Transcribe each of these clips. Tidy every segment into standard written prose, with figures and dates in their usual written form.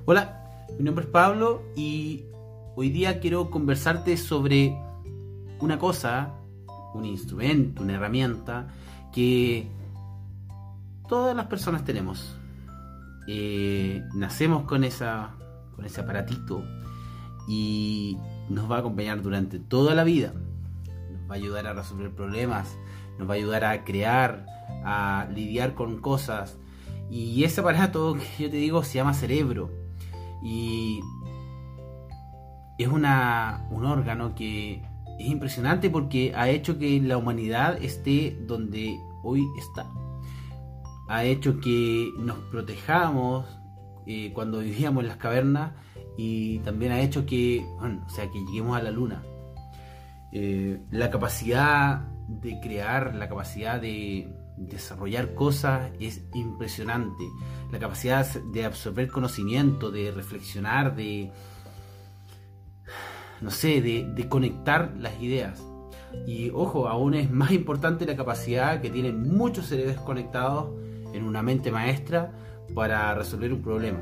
Hola, mi nombre es Pablo y hoy día quiero conversarte sobre una cosa, un instrumento, una herramienta que todas las personas tenemos. Nacemos con ese aparatito y nos va a acompañar durante toda la vida. Nos va a ayudar a resolver problemas, nos va a ayudar a crear, a lidiar con cosas. Y ese aparato que yo te digo se llama cerebro. Y es un órgano que es impresionante porque ha hecho que la humanidad esté donde hoy está. Ha hecho que nos protejamos cuando vivíamos en las cavernas, y también ha hecho que lleguemos a la luna. La capacidad de crear, la capacidad de desarrollar cosas es impresionante. La capacidad de absorber conocimiento, de reflexionar, de conectar las ideas. Y ojo, aún es más importante la capacidad que tienen muchos cerebros conectados en una mente maestra para resolver un problema.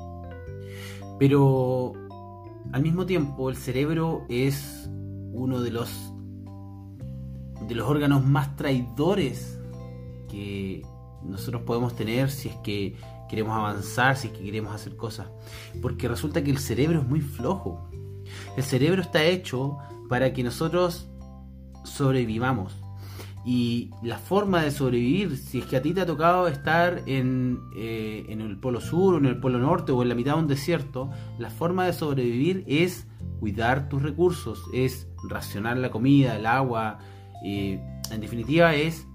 Pero al mismo tiempo el cerebro es uno de los órganos más traidores que nosotros podemos tener si es que queremos avanzar, si es que queremos hacer cosas. Porque resulta que el cerebro es muy flojo. El cerebro está hecho para que nosotros sobrevivamos. Y la forma de sobrevivir, si es que a ti te ha tocado estar en el polo sur o en el polo norte o en la mitad de un desierto, la forma de sobrevivir es cuidar tus recursos, es racionar la comida, el agua, en definitiva es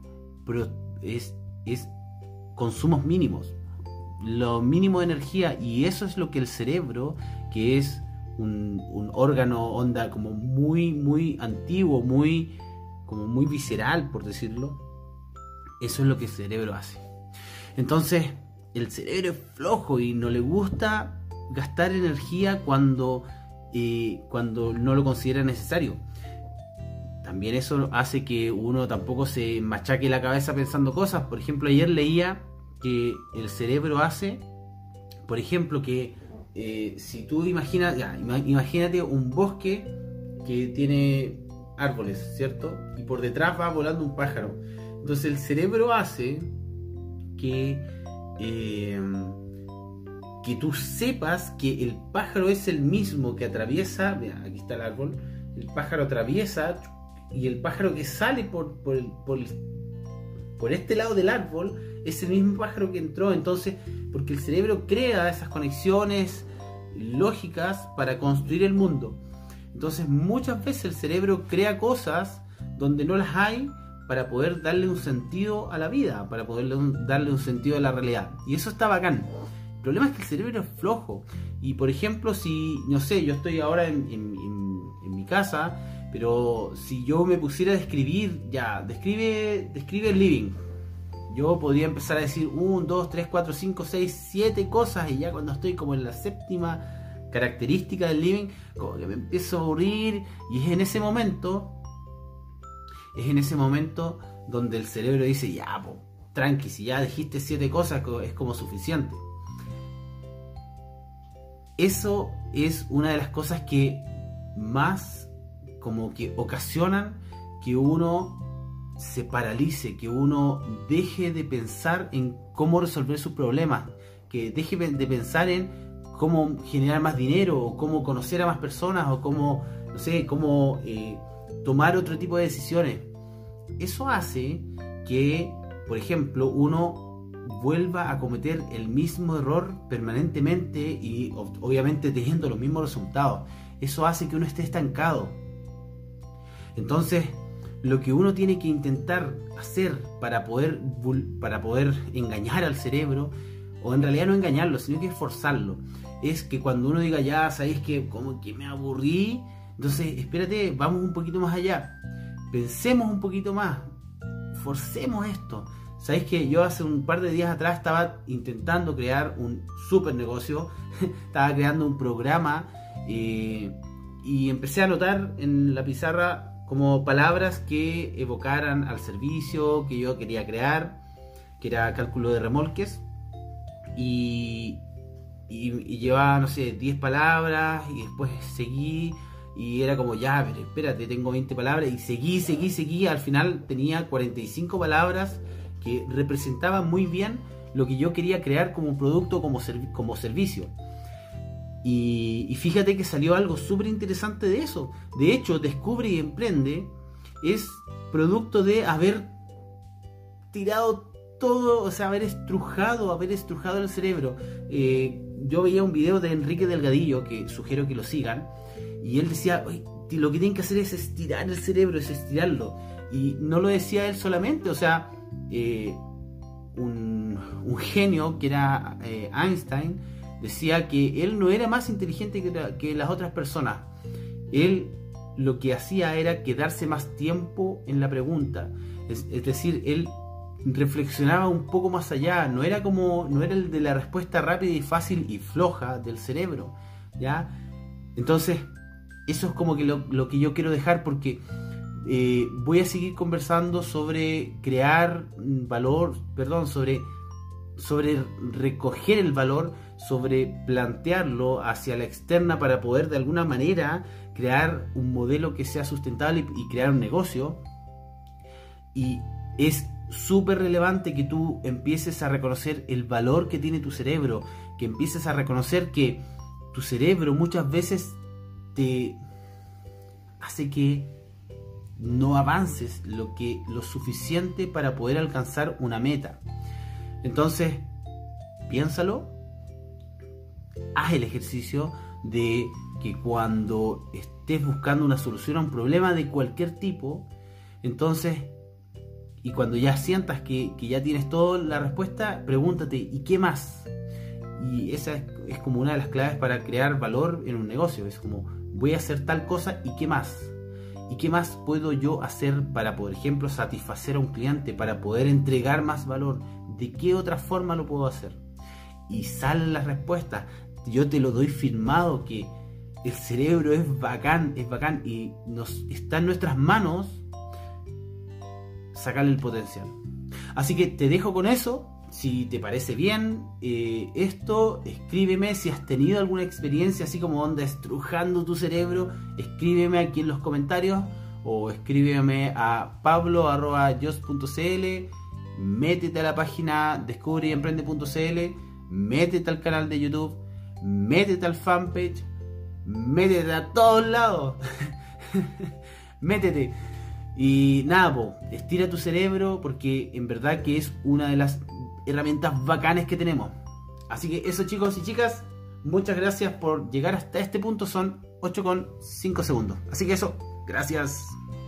consumos mínimos, lo mínimo de energía. Y eso es lo que el cerebro, que es un órgano como muy antiguo, muy visceral, por decirlo, eso es lo que el cerebro hace. Entonces el cerebro es flojo y no le gusta gastar energía cuando no lo considera necesario. También eso hace que uno tampoco se machaque la cabeza pensando cosas. Por ejemplo, ayer leía que el cerebro hace, por ejemplo, que si tú imagínate un bosque que tiene árboles, ¿cierto? Y por detrás va volando un pájaro. Entonces el cerebro hace que tú sepas que el pájaro es el mismo que atraviesa. Mira, aquí está el árbol. El pájaro atraviesa, y el pájaro que sale por este lado del árbol es el mismo pájaro que entró. Entonces, porque el cerebro crea esas conexiones lógicas para construir el mundo. Entonces muchas veces el cerebro crea cosas donde no las hay, para poder darle un sentido a la vida, para poder darle un sentido a la realidad. Y eso está bacán. El problema es que el cerebro es flojo. Y por ejemplo, si, no sé, yo estoy ahora en mi casa, pero si yo me pusiera a describir, describe el living, yo podría empezar a decir 1, 2, 3, 4, 5, 6, 7 cosas, y ya cuando estoy como en la séptima característica del living, como que me empiezo a aburrir. Y es en ese momento donde el cerebro dice, tranqui, si ya dijiste 7 cosas, es como suficiente. Eso es una de las cosas que más como que ocasionan que uno se paralice, que uno deje de pensar en cómo resolver sus problemas, que deje de pensar en cómo generar más dinero, o cómo conocer a más personas, o cómo tomar otro tipo de decisiones. Eso hace que, por ejemplo, uno vuelva a cometer el mismo error permanentemente, y obviamente teniendo los mismos resultados. Eso hace que uno esté estancado. Entonces, lo que uno tiene que intentar hacer para poder engañar al cerebro, o en realidad no engañarlo, sino que esforzarlo, es que cuando uno diga, sabéis que como que me aburrí, entonces espérate, vamos un poquito más allá, pensemos un poquito más, forcemos esto. Sabéis que yo hace un par de días atrás estaba intentando crear un super negocio, estaba creando un programa, y empecé a anotar en la pizarra como palabras que evocaran al servicio que yo quería crear, que era cálculo de remolques. Y y llevaba, no sé, 10 palabras y después seguí y era como, ya, pero espérate, tengo 20 palabras y seguí, al final tenía 45 palabras que representaban muy bien lo que yo quería crear como producto, como servicio. Y fíjate que salió algo súper interesante de eso. De hecho, Descubre y Emprende es producto de haber tirado todo, o sea, haber estrujado el cerebro. Yo veía un video de Enrique Delgadillo, que sugiero que lo sigan, y él decía, lo que tienen que hacer es estirar el cerebro, es estirarlo. Y no lo decía él solamente, o sea, un genio que era Einstein, decía que él no era más inteligente que las otras personas. Él lo que hacía era quedarse más tiempo en la pregunta. Es decir, él reflexionaba un poco más allá. No era el de la respuesta rápida y fácil y floja del cerebro, ¿ya? Entonces, eso es como que lo que yo quiero dejar, porque voy a seguir conversando sobre crear valor, sobre recoger el valor, sobre plantearlo hacia la externa para poder de alguna manera crear un modelo que sea sustentable y crear un negocio. Y es súper relevante que tú empieces a reconocer el valor que tiene tu cerebro, que empieces a reconocer que tu cerebro muchas veces te hace que no avances lo suficiente para poder alcanzar una meta. Entonces, piénsalo, haz el ejercicio de que cuando estés buscando una solución a un problema de cualquier tipo, entonces, y cuando ya sientas que ya tienes toda la respuesta, pregúntate, ¿y qué más? Y esa es como una de las claves para crear valor en un negocio. Es como, voy a hacer tal cosa, ¿y qué más? ¿Y qué más puedo yo hacer para, por ejemplo, satisfacer a un cliente, para poder entregar más valor? ¿De qué otra forma lo puedo hacer? Y salen las respuestas. Yo te lo doy firmado que el cerebro es bacán y está en nuestras manos sacarle el potencial. Así que te dejo con eso. Si te parece bien esto, escríbeme. Si has tenido alguna experiencia así como onda estrujando tu cerebro, escríbeme aquí en los comentarios o escríbeme a pablo@just.cl. Métete a la página descubreyemprende.cl, métete al canal de YouTube, métete al fanpage, métete a todos lados. Métete. Y nada, estira tu cerebro, porque en verdad que es una de las herramientas bacanes que tenemos. Así que eso, chicos y chicas, muchas gracias por llegar hasta este punto. Son 8,5 segundos. Así que eso, gracias.